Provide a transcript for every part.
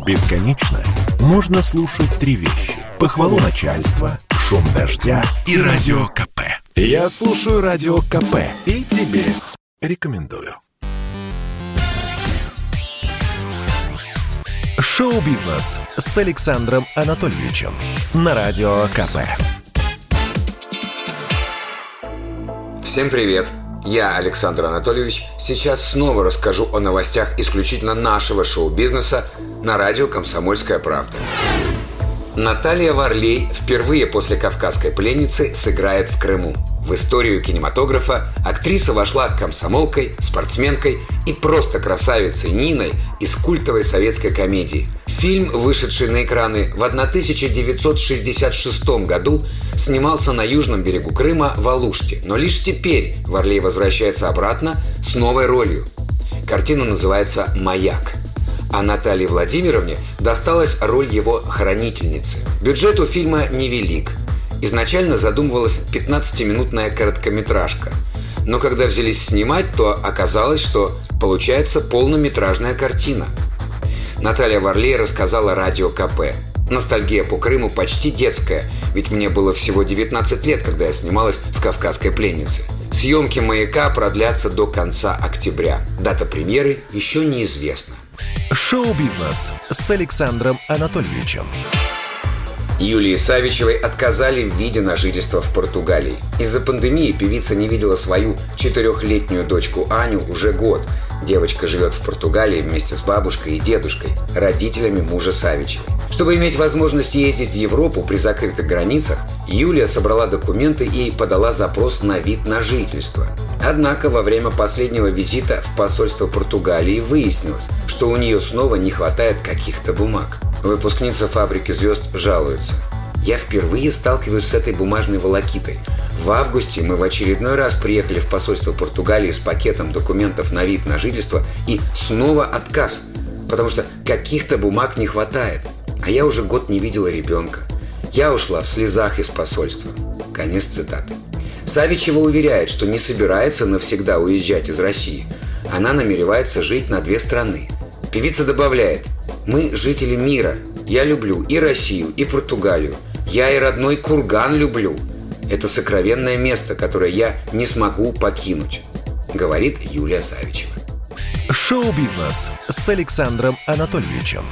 Бесконечно можно слушать три вещи: похвалу начальства, шум дождя и радио КП. Я слушаю радио КП и тебе рекомендую. Шоу-бизнес с Александром Анатольевичем на радио КП. Всем привет! Я, Александр Анатольевич, сейчас снова расскажу о новостях исключительно нашего шоу-бизнеса на радио «Комсомольская правда». Наталья Варлей впервые после «Кавказской пленницы» сыграет в Крыму. В историю кинематографа актриса вошла комсомолкой, спортсменкой и просто красавицей Ниной из культовой советской комедии. Фильм, вышедший на экраны в 1966 году, снимался на южном берегу Крыма в Алуште. Но лишь теперь Варлей возвращается обратно с новой ролью. Картина называется «Маяк». А Наталье Владимировне досталась роль его хранительницы. Бюджет у фильма невелик. Изначально задумывалась 15-минутная короткометражка. Но когда взялись снимать, то оказалось, что получается полнометражная картина. Наталья Варлей рассказала радио КП. Ностальгия по Крыму почти детская, ведь мне было всего 19 лет, когда я снималась в «Кавказской пленнице». Съемки «Маяка» продлятся до конца октября. Дата премьеры еще неизвестна. Шоу-бизнес с Александром Анатольевичем. Юлии Савичевой отказали в виде на жительство в Португалии. Из-за пандемии певица не видела свою 4-летнюю дочку Аню уже год. Девочка живет в Португалии вместе с бабушкой и дедушкой, родителями мужа Савичевой. Чтобы иметь возможность ездить в Европу при закрытых границах, Юлия собрала документы и подала запрос на вид на жительство. Однако во время последнего визита в посольство Португалии выяснилось, что у нее снова не хватает каких-то бумаг. Выпускница «Фабрики звезд» жалуется: «Я впервые сталкиваюсь с этой бумажной волокитой. В августе мы в очередной раз приехали в посольство Португалии с пакетом документов на вид на жительство, и снова отказ, потому что каких-то бумаг не хватает. А я уже год не видела ребенка. Я ушла в слезах из посольства». Конец цитаты. Савичева уверяет, что не собирается навсегда уезжать из России. Она намеревается жить на 2 страны. Певица добавляет: «Мы жители мира. Я люблю и Россию, и Португалию. Я и родной Курган люблю. Это сокровенное место, которое я не смогу покинуть», говорит Юлия Савичева. Шоу-бизнес с Александром Анатольевичем.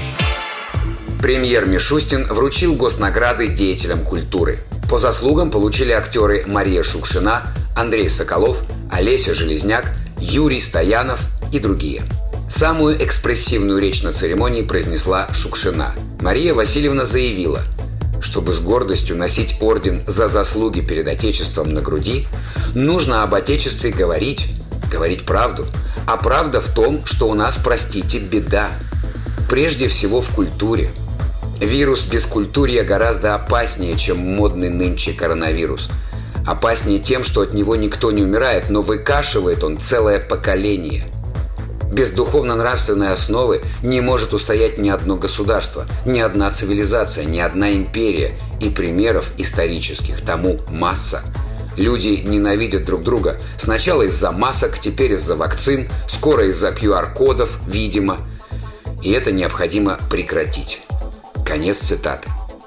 Премьер Мишустин вручил госнаграды деятелям культуры. По заслугам получили актеры Мария Шукшина, Андрей Соколов, Олеся Железняк, Юрий Стоянов и другие. Самую экспрессивную речь на церемонии произнесла Шукшина. Мария Васильевна заявила: чтобы с гордостью носить орден за заслуги перед Отечеством на груди, нужно об Отечестве говорить правду. А правда в том, что у нас, простите, беда. Прежде всего в культуре. Вирус бескультурья гораздо опаснее, чем модный нынче коронавирус. Опаснее тем, что от него никто не умирает, но выкашивает он целое поколение. Без духовно-нравственной основы не может устоять ни одно государство, ни одна цивилизация, ни одна империя. И примеров исторических тому масса. Люди ненавидят друг друга. Сначала из-за масок, теперь из-за вакцин, скоро из-за QR-кодов, видимо. И это необходимо прекратить. Конец цитаты.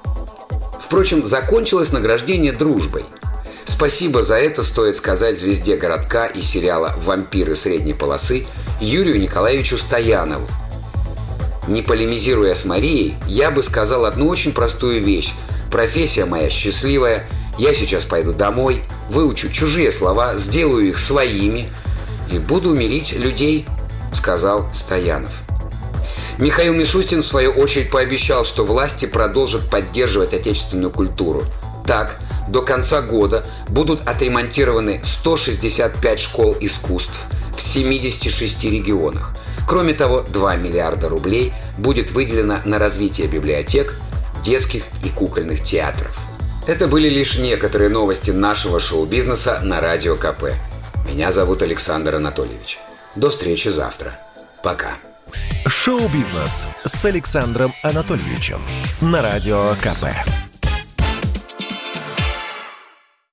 Впрочем, закончилось награждение дружбой. Спасибо за это стоит сказать звезде «Городка» и сериала «Вампиры средней полосы» Юрию Николаевичу Стоянову. Не полемизируя с Марией, я бы сказал одну очень простую вещь. Профессия моя счастливая, я сейчас пойду домой, выучу чужие слова, сделаю их своими и буду мирить людей, сказал Стоянов. Михаил Мишустин, в свою очередь, пообещал, что власти продолжат поддерживать отечественную культуру. Так, до конца года будут отремонтированы 165 школ искусств в 76 регионах. Кроме того, 2 миллиарда рублей будет выделено на развитие библиотек, детских и кукольных театров. Это были лишь некоторые новости нашего шоу-бизнеса на радио КП. Меня зовут Александр Анатольевич. До встречи завтра. Пока. Шоу-бизнес с Александром Анатольевичем на радио КП.